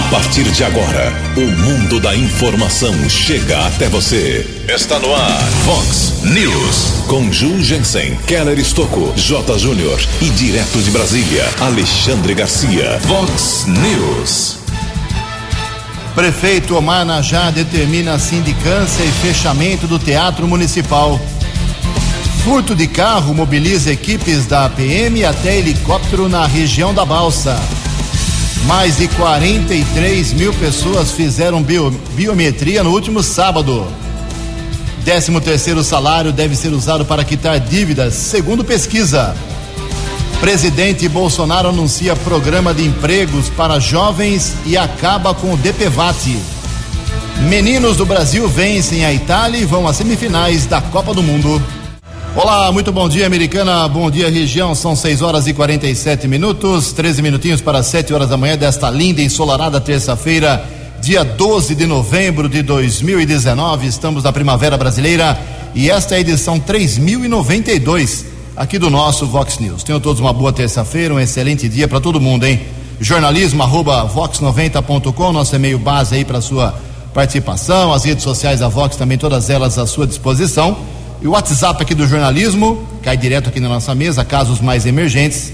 partir de agora, o mundo da informação chega até você. Está no ar, Vox News. Com Ju Jensen, Keller Estocco, J. Júnior e direto de Brasília, Alexandre Garcia. Vox News. Prefeito Omar Najá determina sindicância e fechamento do Teatro Municipal. Furto de carro mobiliza equipes da PM e até helicóptero na região da Balsa. Mais de 43 mil pessoas fizeram biometria no último sábado. 13º salário deve ser usado para quitar dívidas, segundo pesquisa. Presidente Bolsonaro anuncia programa de empregos para jovens e acaba com o DPVAT. Meninos do Brasil vencem a Itália e vão às semifinais da Copa do Mundo. Olá, muito bom dia, Americana, bom dia, região. São 6h47, 13 minutinhos para 7 horas da manhã desta linda e ensolarada terça-feira, dia 12 de novembro de 2019. Estamos na Primavera Brasileira e esta é a edição 3092 aqui do nosso Vox News. Tenham todos uma boa terça-feira, um excelente dia para todo mundo, hein? jornalismo@vox90.com, nosso e-mail base aí para sua participação, as redes sociais da Vox também, todas elas à sua disposição. E o WhatsApp aqui do jornalismo, cai direto aqui na nossa mesa, casos mais emergentes,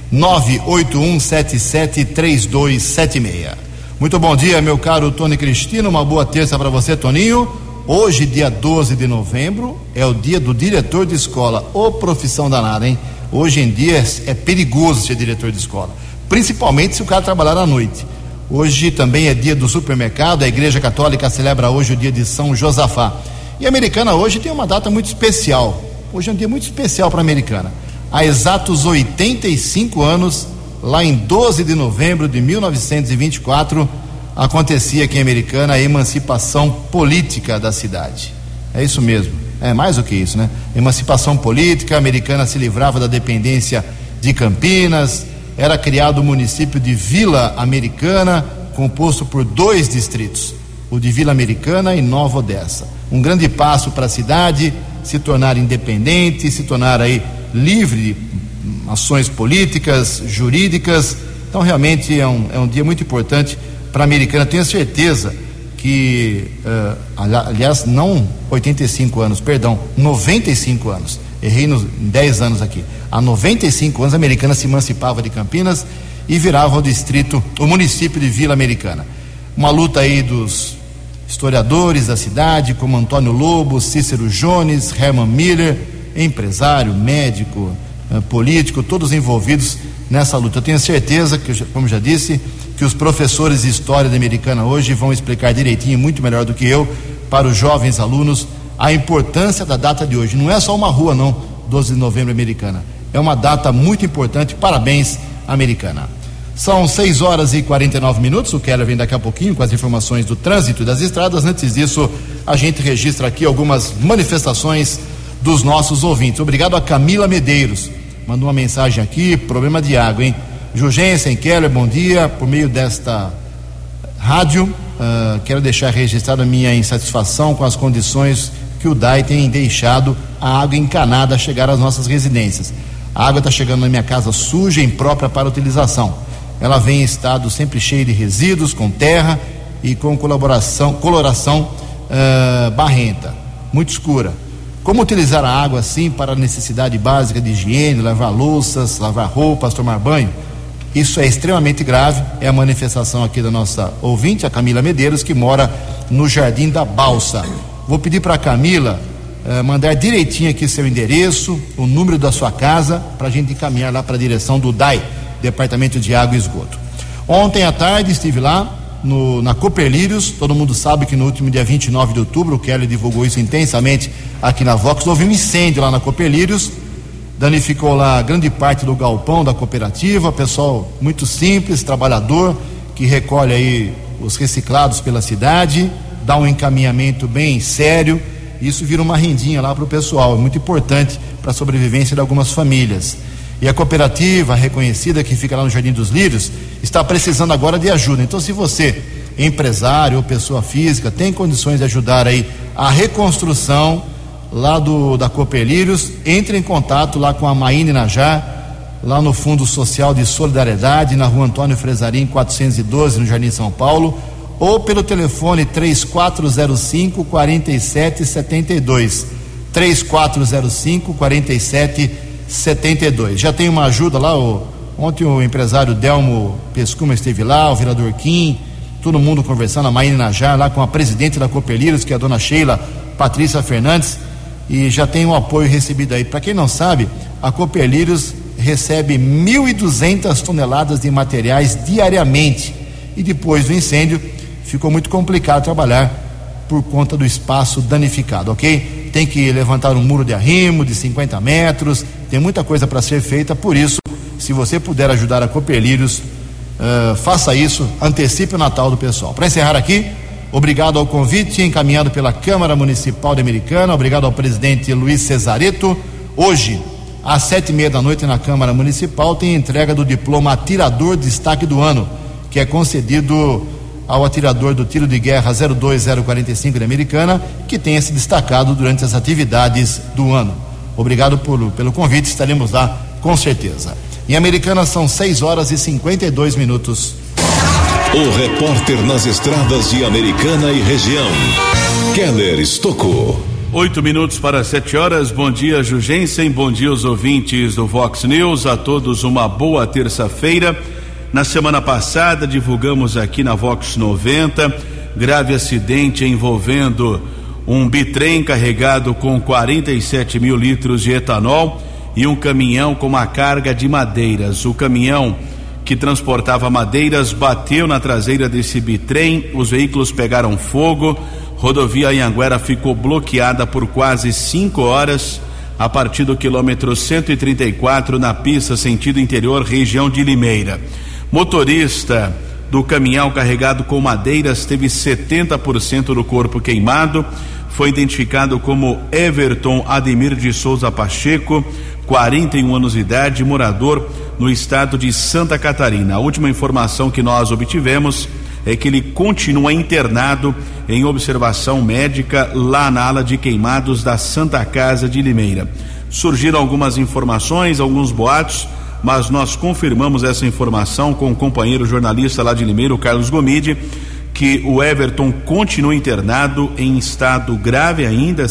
981773276. Muito bom dia, meu caro Tony Cristino, uma boa terça para você, Toninho. Hoje, dia 12 de novembro, é o dia do diretor de escola. Ô, profissão danada, hein? Hoje em dia é perigoso ser diretor de escola, principalmente se o cara trabalhar à noite. Hoje também é dia do supermercado, a Igreja Católica celebra hoje o dia de São Josafá. E a Americana hoje tem uma data muito especial. Hoje é um dia muito especial para a Americana. Há exatos 85 anos, lá em 12 de novembro de 1924, acontecia aqui em Americana a emancipação política da cidade. É isso mesmo, é mais do que isso, né? Emancipação política, a Americana se livrava da dependência de Campinas, era criado o município de Vila Americana, composto por 2 distritos, o de Vila Americana e Nova Odessa. Um grande passo para a cidade se tornar independente, se tornar aí livre de ações políticas, jurídicas. Então realmente é um dia muito importante para a Americana. Tenho certeza que, aliás, não 85 anos, perdão, 95 anos. Errei em 10 anos aqui. Há 95 anos a Americana se emancipava de Campinas e virava o município de Vila Americana. Uma luta aí dos historiadores da cidade, como Antônio Lobo, Cícero Jones, Herman Miller, empresário, médico, político, todos envolvidos nessa luta. Eu tenho certeza que, como já disse, que os professores de história da Americana hoje vão explicar direitinho, muito melhor do que eu, para os jovens alunos, a importância da data de hoje. Não é só uma rua, não, 12 de novembro, Americana. É uma data muito importante. Parabéns, Americana. São 6h49, o Keller vem daqui a pouquinho com as informações do trânsito e das estradas. Antes disso, a gente registra aqui algumas manifestações dos nossos ouvintes. Obrigado a Camila Medeiros, mandou uma mensagem aqui, problema de água, hein? Jugensen, Keller, bom dia, por meio desta rádio, quero deixar registrada a minha insatisfação com as condições que o DAI tem deixado a água encanada chegar às nossas residências. A água está chegando na minha casa suja e imprópria para utilização. Ela vem em estado sempre cheio de resíduos, com terra e com coloração barrenta, muito escura. Como utilizar a água assim para a necessidade básica de higiene, lavar louças, lavar roupas, tomar banho? Isso é extremamente grave. É a manifestação aqui da nossa ouvinte, a Camila Medeiros, que mora no Jardim da Balsa. Vou pedir para a Camila mandar direitinho aqui seu endereço, o número da sua casa, para a gente encaminhar lá para a direção do DAI, Departamento de Água e Esgoto. Ontem à tarde estive lá na Copperlírios. Todo mundo sabe que no último dia 29 de outubro, o Kelly divulgou isso intensamente aqui na Vox, houve um incêndio lá na Copperlírios, danificou lá grande parte do galpão da cooperativa. Pessoal muito simples, trabalhador, que recolhe aí os reciclados pela cidade, dá um encaminhamento bem sério. Isso vira uma rendinha lá para o pessoal, é muito importante para a sobrevivência de algumas famílias. E a cooperativa reconhecida que fica lá no Jardim dos Lírios está precisando agora de ajuda. Então, se você, empresário ou pessoa física, tem condições de ajudar aí a reconstrução lá da Copperlírios, entre em contato lá com a Maíne Najar, lá no Fundo Social de Solidariedade, na Rua Antônio Fresarim, 412, no Jardim São Paulo, ou pelo telefone 3405-4772. 3405-4772. Já tem uma ajuda lá, ontem o empresário Delmo Pescuma esteve lá, o vereador Kim, todo mundo conversando, a Maína Najar lá com a presidente da Copelírios, que é a dona Sheila Patrícia Fernandes, e já tem um apoio recebido aí. Para quem não sabe, a Copelírios recebe 1.200 toneladas de materiais diariamente, e depois do incêndio ficou muito complicado trabalhar por conta do espaço danificado, ok? Tem que levantar um muro de arrimo de 50 metros, tem muita coisa para ser feita. Por isso, se você puder ajudar a Copelírios, faça isso, antecipe o Natal do pessoal. Para encerrar aqui, obrigado ao convite encaminhado pela Câmara Municipal de Americana, obrigado ao presidente Luiz Cesareto. Hoje, às 7:30 da noite, na Câmara Municipal, tem a entrega do diploma Atirador Destaque do Ano, que é concedido ao atirador do tiro de guerra 02045 de Americana, que tenha se destacado durante as atividades do ano. Obrigado pelo convite, estaremos lá com certeza. Em Americana são 6:52. O repórter nas estradas de Americana e região, Keller Estocou. 8 para 7 horas. Bom dia, Jugensen. Bom dia aos ouvintes do Vox News. A todos uma boa terça-feira. Na semana passada divulgamos aqui na Vox 90 grave acidente envolvendo um bitrem carregado com 47 mil litros de etanol e um caminhão com uma carga de madeiras. O caminhão que transportava madeiras bateu na traseira desse bitrem, os veículos pegaram fogo, rodovia Anhanguera ficou bloqueada por quase 5 horas a partir do quilômetro 134 na pista sentido interior, região de Limeira. Motorista do caminhão carregado com madeiras teve 70% do corpo queimado. Foi identificado como Everton Ademir de Souza Pacheco, 41 anos de idade, morador no estado de Santa Catarina. A última informação que nós obtivemos é que ele continua internado em observação médica lá na ala de queimados da Santa Casa de Limeira. Surgiram algumas informações, alguns boatos, mas nós confirmamos essa informação com o companheiro jornalista lá de Limeira, o Carlos Gomide, que o Everton continua internado em estado grave ainda,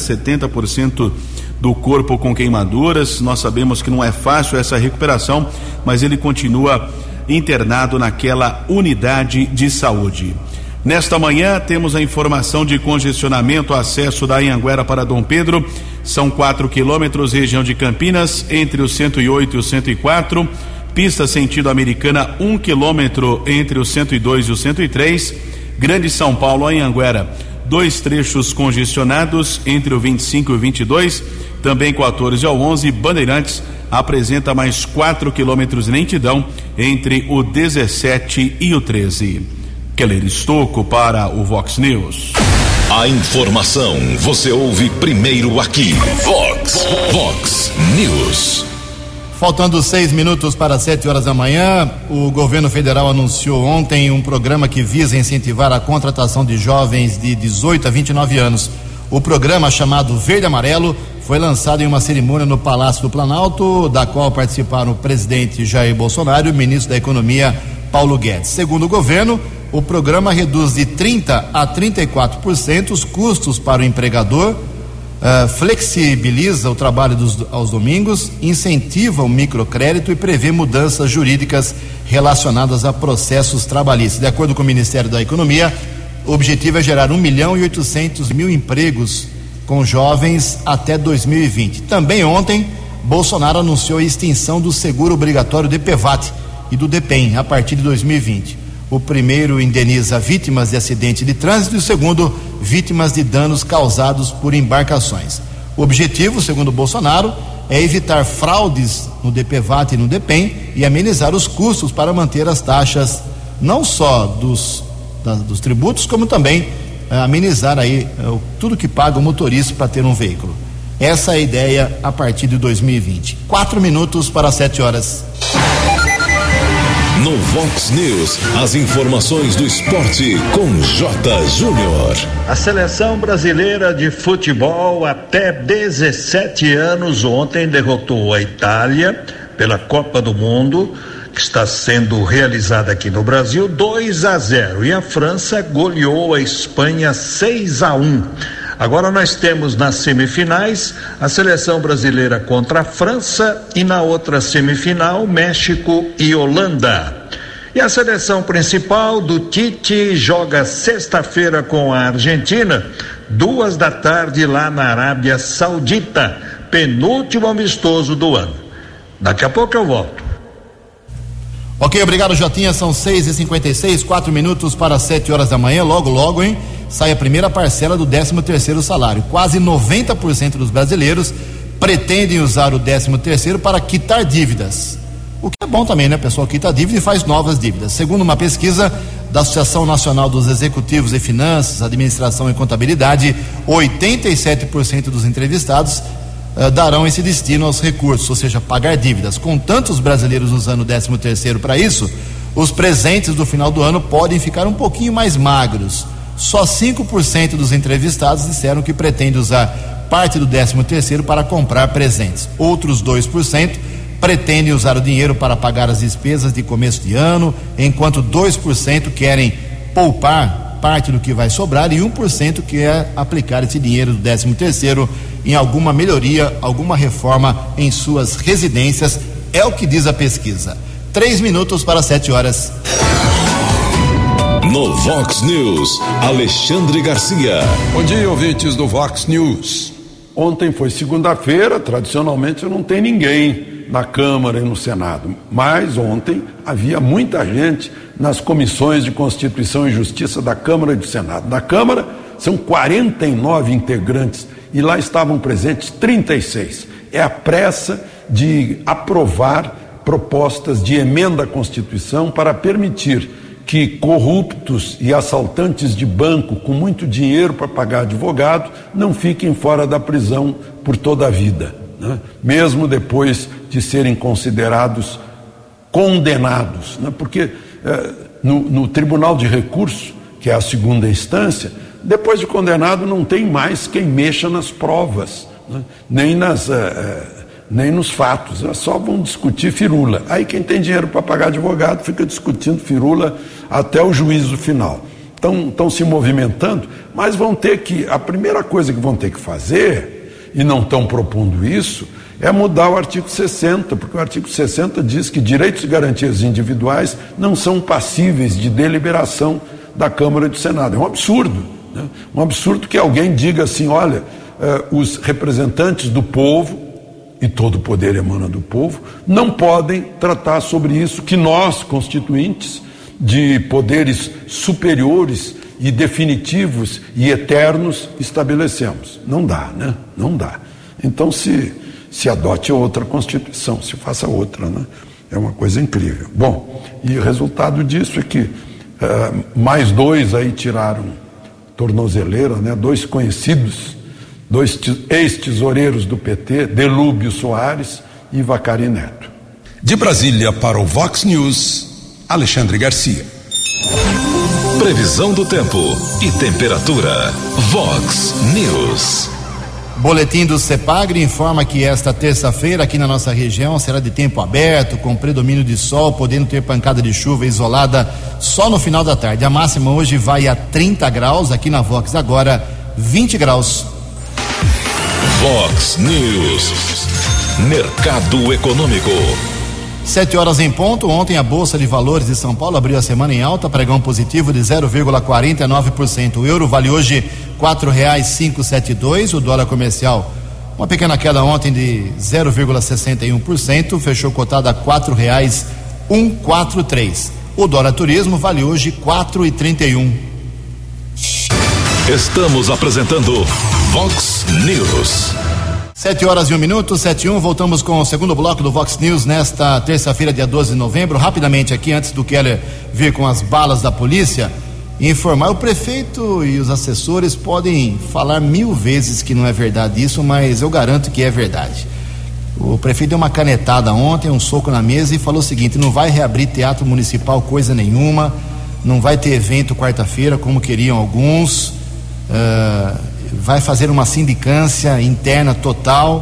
70% do corpo com queimaduras. Nós sabemos que não é fácil essa recuperação, mas ele continua internado naquela unidade de saúde. Nesta manhã temos a informação de congestionamento, acesso da Anhanguera para Dom Pedro, são 4 quilômetros, região de Campinas, entre o 108 e o 104, pista sentido Americana, 1 quilômetro entre o 102 e o 103, Grande São Paulo, Anhanguera, 2 trechos congestionados entre o 25 e o 22, também 14 ao 11, Bandeirantes apresenta mais 4 quilômetros de lentidão entre o 17 e o 13. Keller Estocou para o Vox News. A informação você ouve primeiro aqui. Vox News. Faltando 6 minutos para 7 horas da manhã, o governo federal anunciou ontem um programa que visa incentivar a contratação de jovens de 18 a 29 anos. O programa, chamado Verde Amarelo, foi lançado em uma cerimônia no Palácio do Planalto, da qual participaram o presidente Jair Bolsonaro e o ministro da Economia, Paulo Guedes. Segundo o governo, o programa reduz de 30% a 34% os custos para o empregador, flexibiliza o trabalho aos domingos, incentiva o microcrédito e prevê mudanças jurídicas relacionadas a processos trabalhistas. De acordo com o Ministério da Economia, o objetivo é gerar 1.800.000 empregos com jovens até 2020. Também ontem, Bolsonaro anunciou a extinção do seguro obrigatório DPVAT e do DEPEN a partir de 2020. O primeiro indeniza vítimas de acidente de trânsito e o segundo, vítimas de danos causados por embarcações. O objetivo, segundo Bolsonaro, é evitar fraudes no DPVAT e no DEPEN e amenizar os custos para manter as taxas não só dos tributos, como também amenizar aí tudo que paga o motorista para ter um veículo. Essa é a ideia a partir de 2020. 4 minutos para 7 horas. No Vox News, as informações do esporte com J. Júnior. A seleção brasileira de futebol até 17 anos ontem derrotou a Itália pela Copa do Mundo, que está sendo realizada aqui no Brasil, 2-0, e a França goleou a Espanha 6-1. Agora nós temos nas semifinais a seleção brasileira contra a França e na outra semifinal México e Holanda. E a seleção principal do Tite joga sexta-feira com a Argentina, 14h lá na Arábia Saudita, penúltimo amistoso do ano. Daqui a pouco eu volto. Ok, obrigado, Jotinha. São 6h56, 4 minutos para 7 horas da manhã. Logo, hein? Sai a primeira parcela do 13º salário. Quase 90% dos brasileiros pretendem usar o 13º para quitar dívidas. O que é bom também, né? O pessoal quita dívida e faz novas dívidas. Segundo uma pesquisa da Associação Nacional dos Executivos de Finanças, Administração e Contabilidade, 87% dos entrevistados darão esse destino aos recursos, ou seja, pagar dívidas. Com tantos brasileiros usando o 13º para isso, os presentes do final do ano podem ficar um pouquinho mais magros. Só 5% dos entrevistados disseram que pretendem usar parte do 13º para comprar presentes. Outros 2% pretendem usar o dinheiro para pagar as despesas de começo de ano, enquanto 2% querem poupar parte do que vai sobrar e 1% quer aplicar esse dinheiro do 13º em alguma melhoria, alguma reforma em suas residências. É o que diz a pesquisa. 3 minutos para 7 horas. No Vox News, Alexandre Garcia. Bom dia, ouvintes do Vox News. Ontem foi segunda-feira, tradicionalmente não tem ninguém na Câmara e no Senado, mas ontem havia muita gente nas comissões de Constituição e Justiça da Câmara e do Senado. Na Câmara são 49 integrantes e lá estavam presentes 36. É a pressa de aprovar propostas de emenda à Constituição para permitir que corruptos e assaltantes de banco com muito dinheiro para pagar advogado não fiquem fora da prisão por toda a vida, né? Mesmo depois de serem considerados condenados, né? Porque no Tribunal de Recurso, que é a segunda instância, depois de condenado não tem mais quem mexa nas provas, né? Nem nos fatos, só vão discutir firula. Aí quem tem dinheiro para pagar advogado fica discutindo firula até o juízo final. Estão se movimentando, mas a primeira coisa que vão ter que fazer, e não estão propondo isso, é mudar o artigo 60, porque o artigo 60 diz que direitos e garantias individuais não são passíveis de deliberação da Câmara e do Senado. É um absurdo, né? Um absurdo que alguém diga assim, olha, os representantes do povo, e todo o poder emana do povo, não podem tratar sobre isso que nós, constituintes de poderes superiores e definitivos e eternos, estabelecemos. Não dá, né? Não dá. Então se adote outra Constituição, se faça outra, né? É uma coisa incrível. Bom, e o resultado disso é que mais 2 aí tiraram tornozeleira, né? 2 conhecidos, 2 ex-tesoureiros do PT, Delúbio Soares e Vacari Neto. De Brasília para o Vox News, Alexandre Garcia. Previsão do tempo e temperatura. Vox News. Boletim do CEPAGRE informa que esta terça-feira aqui na nossa região será de tempo aberto, com predomínio de sol, podendo ter pancada de chuva isolada só no final da tarde. A máxima hoje vai a 30 graus, aqui na Vox agora 20 graus. Vox News. Mercado Econômico. 7 horas em ponto. Ontem a Bolsa de Valores de São Paulo abriu a semana em alta, pregão positivo de 0,49%. O euro vale hoje R$4,572. O dólar comercial, uma pequena queda ontem de 0,61%, fechou cotado a R$4,143. O dólar turismo vale hoje R$4,31. Estamos apresentando Vox News. 7 horas e 1 minuto, 7:01, voltamos com o segundo bloco do Vox News nesta terça-feira, dia 12 de novembro. Rapidamente aqui, antes do Keller vir com as balas da polícia, informar: o prefeito e os assessores podem falar 1000 vezes que não é verdade isso, mas eu garanto que é verdade. O prefeito deu uma canetada ontem, um soco na mesa e falou o seguinte: não vai reabrir teatro municipal coisa nenhuma, não vai ter evento quarta-feira como queriam alguns, vai fazer uma sindicância interna total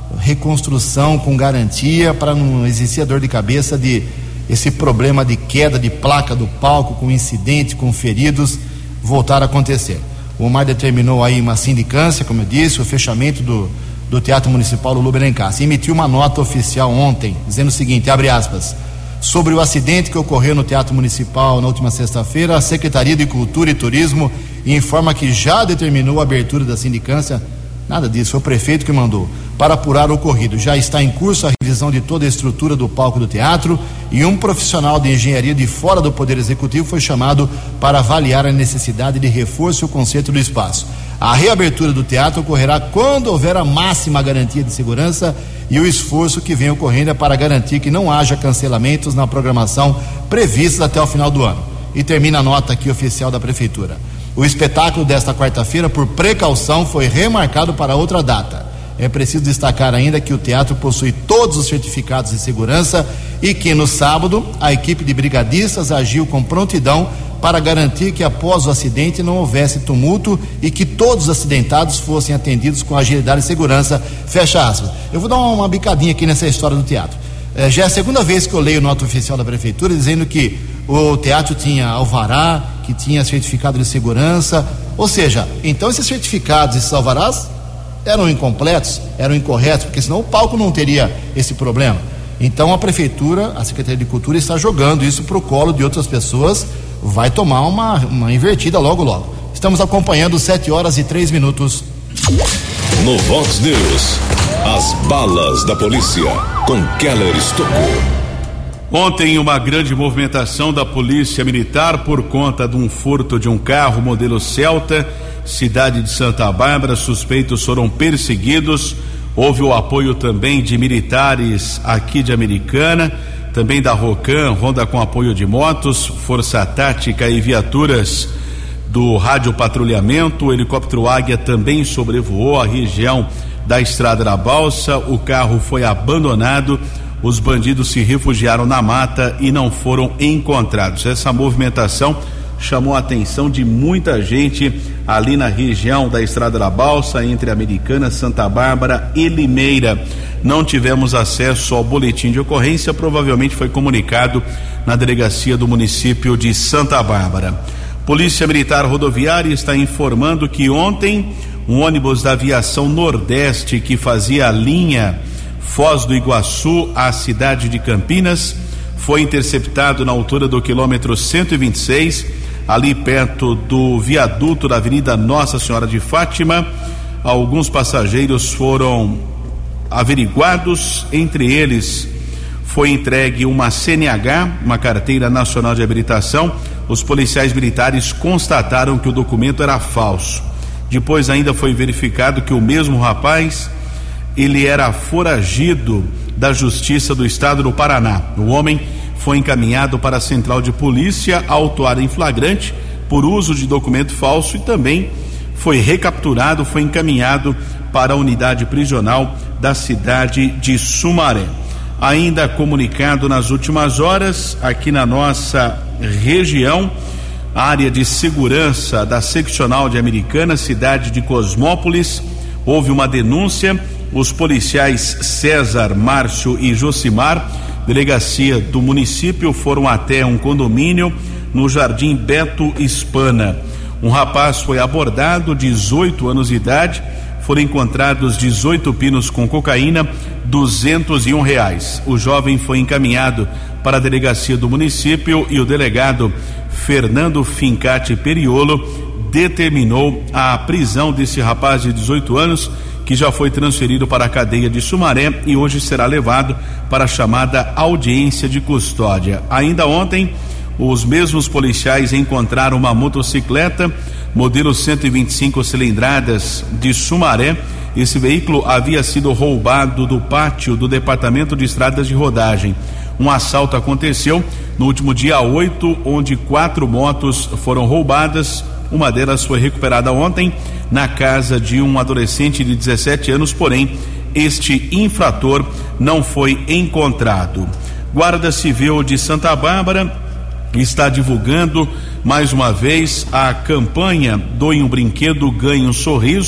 reconstrução com garantia para não existir a dor de cabeça de esse problema de queda de placa do palco, com incidente, com feridos, voltar a acontecer. O Omar determinou aí uma sindicância, como eu disse, o fechamento do Teatro Municipal Lulu Benincasa. Emitiu uma nota oficial ontem, dizendo o seguinte, abre aspas, sobre o acidente que ocorreu no Teatro Municipal na última sexta-feira, a Secretaria de Cultura e Turismo informa que já determinou a abertura da sindicância. Nada disso, foi o prefeito que mandou, para apurar o ocorrido. Já está em curso a revisão de toda a estrutura do palco do teatro e um profissional de engenharia de fora do Poder Executivo foi chamado para avaliar a necessidade de reforço e o conserto do espaço. A reabertura do teatro ocorrerá quando houver a máxima garantia de segurança e o esforço que vem ocorrendo é para garantir que não haja cancelamentos na programação previstos até o final do ano. E termina a nota aqui oficial da Prefeitura. O espetáculo desta quarta-feira, por precaução, foi remarcado para outra data. É preciso destacar ainda que o teatro possui todos os certificados de segurança e que no sábado a equipe de brigadistas agiu com prontidão para garantir que após o acidente não houvesse tumulto e que todos os acidentados fossem atendidos com agilidade e segurança. Fecha aspas. Eu vou dar uma bicadinha aqui nessa história do teatro. Já é a segunda vez que eu leio nota oficial da Prefeitura dizendo que o teatro tinha alvará, que tinha certificado de segurança, ou seja, então esses certificados, esses alvarás eram incompletos, eram incorretos, porque senão o palco não teria esse problema. Então a Prefeitura, a Secretaria de Cultura está jogando isso para o colo de outras pessoas, vai tomar uma invertida logo logo. Estamos acompanhando 7h03. No Vox News, as balas da polícia com Keller Estocou. Ontem, uma grande movimentação da Polícia Militar por conta de um furto de um carro modelo Celta, cidade de Santa Bárbara. Suspeitos foram perseguidos. Houve o apoio também de militares aqui de Americana, também da Rocan, ronda com apoio de motos, Força Tática e viaturas do Rádio Patrulhamento. O helicóptero Águia também sobrevoou a região da Estrada da Balsa. O carro foi abandonado. Os bandidos se refugiaram na mata e não foram encontrados. Essa movimentação chamou a atenção de muita gente ali na região da Estrada da Balsa, entre Americana, Santa Bárbara e Limeira. Não tivemos acesso ao boletim de ocorrência, provavelmente foi comunicado na delegacia do município de Santa Bárbara. Polícia Militar Rodoviária está informando que ontem um ônibus da Aviação Nordeste que fazia a linha Foz do Iguaçu à cidade de Campinas foi interceptado na altura do quilômetro 126, ali perto do viaduto da Avenida Nossa Senhora de Fátima. Alguns passageiros foram averiguados, entre eles foi entregue uma CNH, uma Carteira Nacional de Habilitação. Os policiais militares constataram que o documento era falso. Depois ainda foi verificado que o mesmo rapaz, ele era foragido da Justiça do Estado do Paraná. O homem foi encaminhado para a Central de Polícia, autuado em flagrante por uso de documento falso e também foi recapturado, foi encaminhado para a unidade prisional da cidade de Sumaré. Ainda comunicado nas últimas horas, aqui na nossa região, a área de segurança da seccional de Americana, cidade de Cosmópolis, houve uma denúncia. Os policiais César, Márcio e Josimar, delegacia do município, foram até um condomínio no Jardim Beto Hispana. Um rapaz foi abordado, 18 anos de idade, foram encontrados 18 pinos com cocaína, R$201. O jovem foi encaminhado para a delegacia do município e o delegado Fernando Fincati Periolo determinou a prisão desse rapaz de 18 anos, que já foi transferido para a cadeia de Sumaré e hoje será levado para a chamada audiência de custódia. Ainda ontem, os mesmos policiais encontraram uma motocicleta modelo 125 cilindradas de Sumaré. Esse veículo havia sido roubado do pátio do Departamento de Estradas de Rodagem. Um assalto aconteceu no último dia 8, onde 4 motos foram roubadas. Uma delas foi recuperada ontem na casa de um adolescente de 17 anos, porém este infrator não foi encontrado. Guarda Civil de Santa Bárbara está divulgando mais uma vez a campanha Doe um Brinquedo, Ganhe um Sorriso.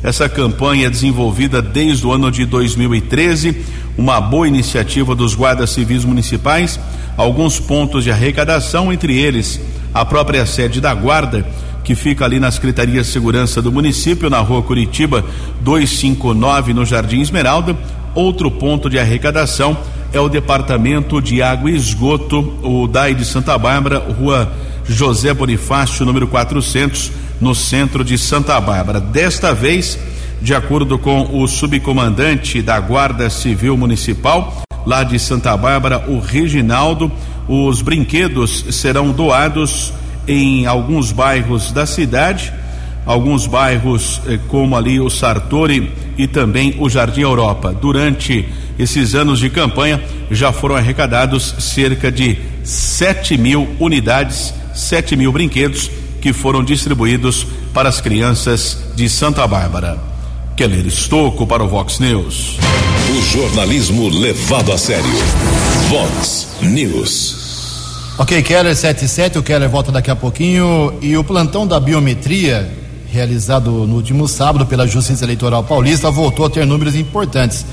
Essa campanha é desenvolvida desde o ano de 2013, uma boa iniciativa dos guardas civis municipais. Alguns pontos de arrecadação, entre eles a própria sede da guarda, que fica ali na Secretaria de Segurança do município, na Rua Curitiba 259, no Jardim Esmeralda. Outro ponto de arrecadação é o Departamento de Água e Esgoto, o DAI de Santa Bárbara, Rua José Bonifácio, número 400, no centro de Santa Bárbara. Desta vez, de acordo com o subcomandante da Guarda Civil Municipal, lá de Santa Bárbara, o Reginaldo, os brinquedos serão doados em alguns bairros da cidade, alguns bairros como ali o Sartori e também o Jardim Europa. Durante esses anos de campanha já foram arrecadados cerca de 7.000 unidades, 7.000 brinquedos que foram distribuídos para as crianças de Santa Bárbara. Keller Estocco para o Vox News. O jornalismo levado a sério. Vox News. Ok, Keller 77, o Keller volta daqui a pouquinho. E o plantão da biometria, realizado no último sábado pela Justiça Eleitoral Paulista, voltou a ter números importantes.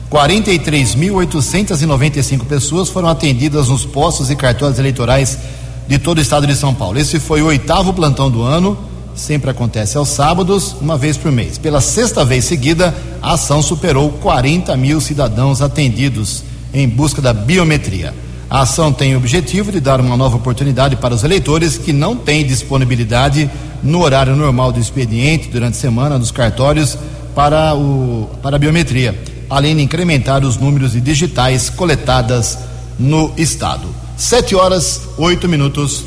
43.895 pessoas foram atendidas nos postos e cartórios eleitorais de todo o estado de São Paulo. Esse foi o 8º plantão do ano, sempre acontece aos sábados, uma vez por mês. Pela 6ª vez seguida, a ação superou 40 mil cidadãos atendidos em busca da biometria. A ação tem o objetivo de dar uma nova oportunidade para os eleitores que não têm disponibilidade no horário normal do expediente durante a semana nos cartórios para a biometria, além de incrementar os números de digitais coletadas no estado. 7h08.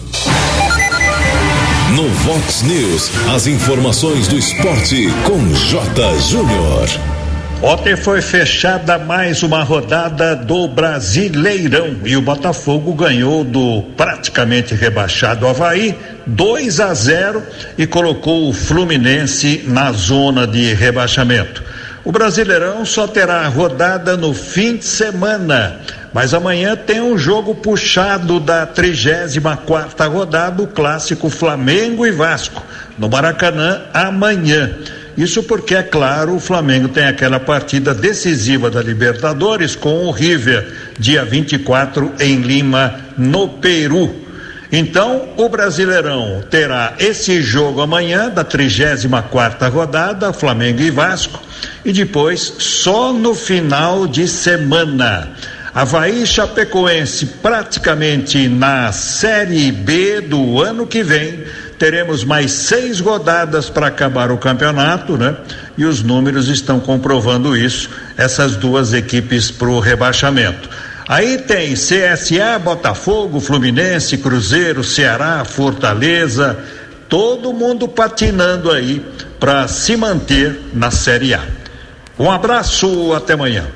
No Vox News, as informações do esporte com J. Júnior. Ontem foi fechada mais uma rodada do Brasileirão e o Botafogo ganhou do praticamente rebaixado Avaí 2-0 e colocou o Fluminense na zona de rebaixamento. O Brasileirão só terá rodada no fim de semana, mas amanhã tem um jogo puxado da 34ª rodada, o clássico Flamengo e Vasco, no Maracanã amanhã. Isso porque, é claro, o Flamengo tem aquela partida decisiva da Libertadores com o River, dia 24 em Lima, no Peru. Então, o Brasileirão terá esse jogo amanhã da 34ª rodada, Flamengo e Vasco, e depois só no final de semana. Avaí e Chapecoense praticamente na Série B do ano que vem. Teremos mais 6 rodadas para acabar o campeonato, né? E os números estão comprovando isso, essas duas equipes para o rebaixamento. Aí tem CSA, Botafogo, Fluminense, Cruzeiro, Ceará, Fortaleza, todo mundo patinando aí para se manter na Série A. Um abraço, até amanhã.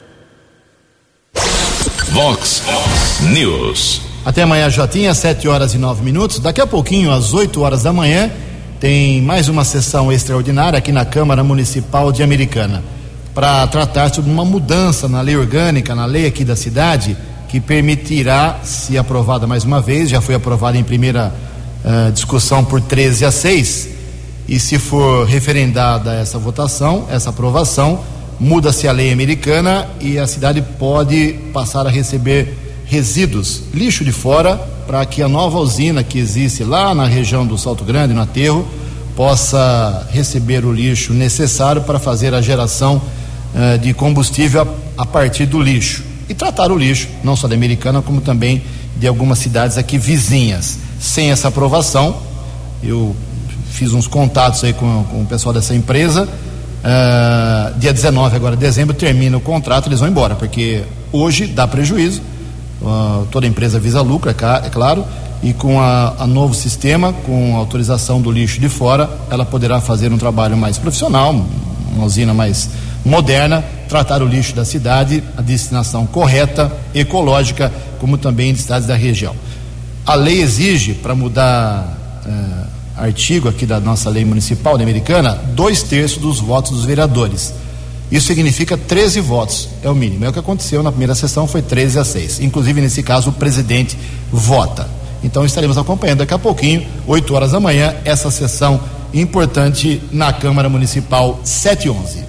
Vox News. Até amanhã, Jotinha, 7h09. Daqui a pouquinho, às 8h da manhã, tem mais uma sessão extraordinária aqui na Câmara Municipal de Americana, para tratar sobre uma mudança na lei orgânica, na lei aqui da cidade, que permitirá, se aprovada mais uma vez, já foi aprovada em primeira discussão por 13-6, e se for referendada essa votação, essa aprovação, muda-se a lei americana e a cidade pode passar a receber resíduos, lixo de fora, para que a nova usina que existe lá na região do Salto Grande, no aterro, possa receber o lixo necessário para fazer a geração de combustível a partir do lixo e tratar o lixo, não só da Americana, como também de algumas cidades aqui vizinhas. Sem essa aprovação, eu fiz uns contatos aí com o pessoal dessa empresa, dia 19 agora de dezembro termina o contrato, eles vão embora, porque hoje dá prejuízo, toda empresa visa lucro, é claro, e com a novo sistema, com a autorização do lixo de fora, ela poderá fazer um trabalho mais profissional, uma usina mais moderna, tratar o lixo da cidade, a destinação correta, ecológica, como também de cidades da região. A lei exige, para mudar artigo aqui da nossa lei municipal da Americana, 2/3 dos votos dos vereadores. Isso significa 13 votos, é o mínimo. É o que aconteceu na primeira sessão, foi 13-6. Inclusive, nesse caso, o presidente vota. Então, estaremos acompanhando daqui a pouquinho, 8h da manhã, essa sessão importante na Câmara Municipal 711.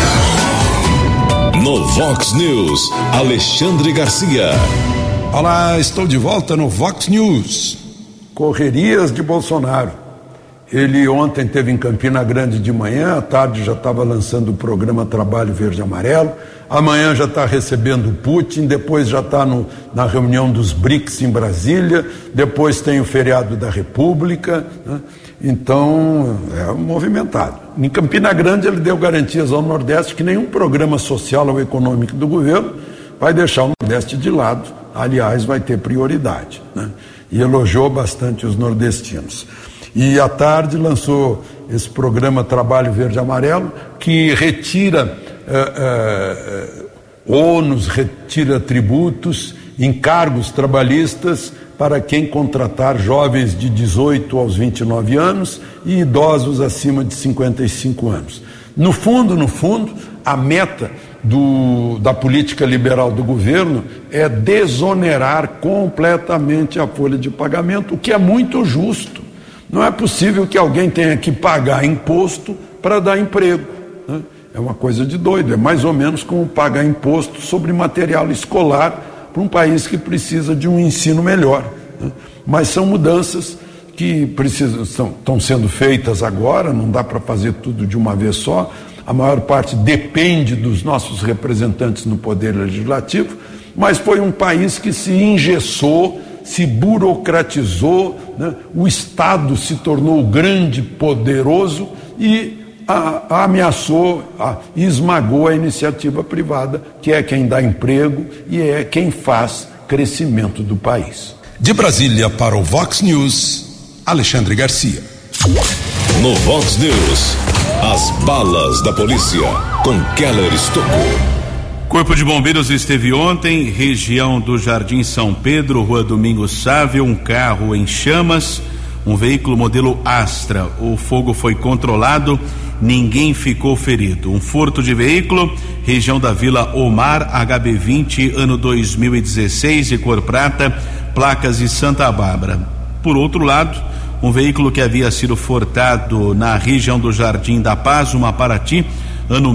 No Vox News, Alexandre Garcia. Olá, estou de volta no Vox News. Correrias de Bolsonaro. Ele ontem esteve em Campina Grande de manhã, à tarde já estava lançando o programa Trabalho Verde e Amarelo, amanhã já está recebendo o Putin, depois já está na reunião dos BRICS em Brasília, depois tem o feriado da República, né? Então é movimentado. Em Campina Grande ele deu garantias ao Nordeste que nenhum programa social ou econômico do governo vai deixar o Nordeste de lado, aliás vai ter prioridade, né? E elogiou bastante os nordestinos. E à tarde lançou esse programa Trabalho Verde e Amarelo, que retira ônus, retira tributos, encargos trabalhistas para quem contratar jovens de 18 aos 29 anos e idosos acima de 55 anos. No fundo, a meta da política liberal do governo é desonerar completamente a folha de pagamento, o que é muito justo. Não é possível que alguém tenha que pagar imposto para dar emprego, né? É uma coisa de doido, é mais ou menos como pagar imposto sobre material escolar para um país que precisa de um ensino melhor, né? Mas são mudanças que estão sendo feitas agora, não dá para fazer tudo de uma vez só, a maior parte depende dos nossos representantes no Poder Legislativo, mas foi um país que se engessou, se burocratizou, né? O Estado se tornou grande, poderoso e ameaçou, esmagou a iniciativa privada, que é quem dá emprego e é quem faz crescimento do país. De Brasília para o Vox News, Alexandre Garcia. No Vox News, as balas da polícia com Keller Estocou. Corpo de Bombeiros esteve ontem, região do Jardim São Pedro, Rua Domingos Sávio, um carro em chamas, um veículo modelo Astra. O fogo foi controlado, ninguém ficou ferido. Um furto de veículo, região da Vila Omar, HB20, ano 2016, de cor prata, placas de Santa Bárbara. Por outro lado, um veículo que havia sido furtado na região do Jardim da Paz, uma Paraty, ano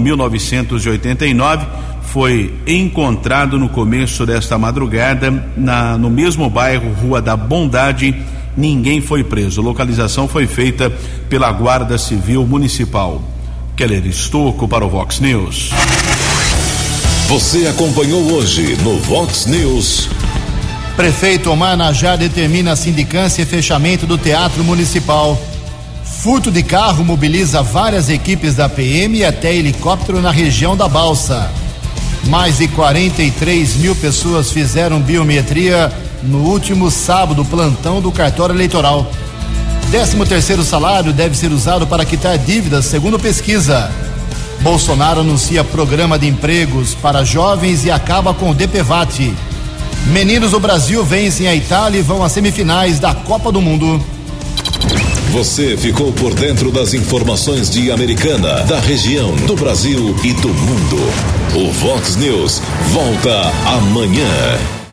1989, foi encontrado no começo desta madrugada no mesmo bairro, Rua da Bondade. Ninguém foi preso. Localização foi feita pela Guarda Civil Municipal. Keller Estocco para o Vox News. Você acompanhou hoje no Vox News. Prefeito Omar Najjar determina a sindicância e fechamento do Teatro Municipal. Furto de carro mobiliza várias equipes da PM e até helicóptero na região da Balsa. Mais de 43 mil pessoas fizeram biometria no último sábado, plantão do cartório eleitoral. 13º salário deve ser usado para quitar dívidas, segundo pesquisa. Bolsonaro anuncia programa de empregos para jovens e acaba com o DPVAT. Meninos do Brasil vencem a Itália e vão às semifinais da Copa do Mundo. Você ficou por dentro das informações de Americana, da região, do Brasil e do mundo. O Vox News volta amanhã.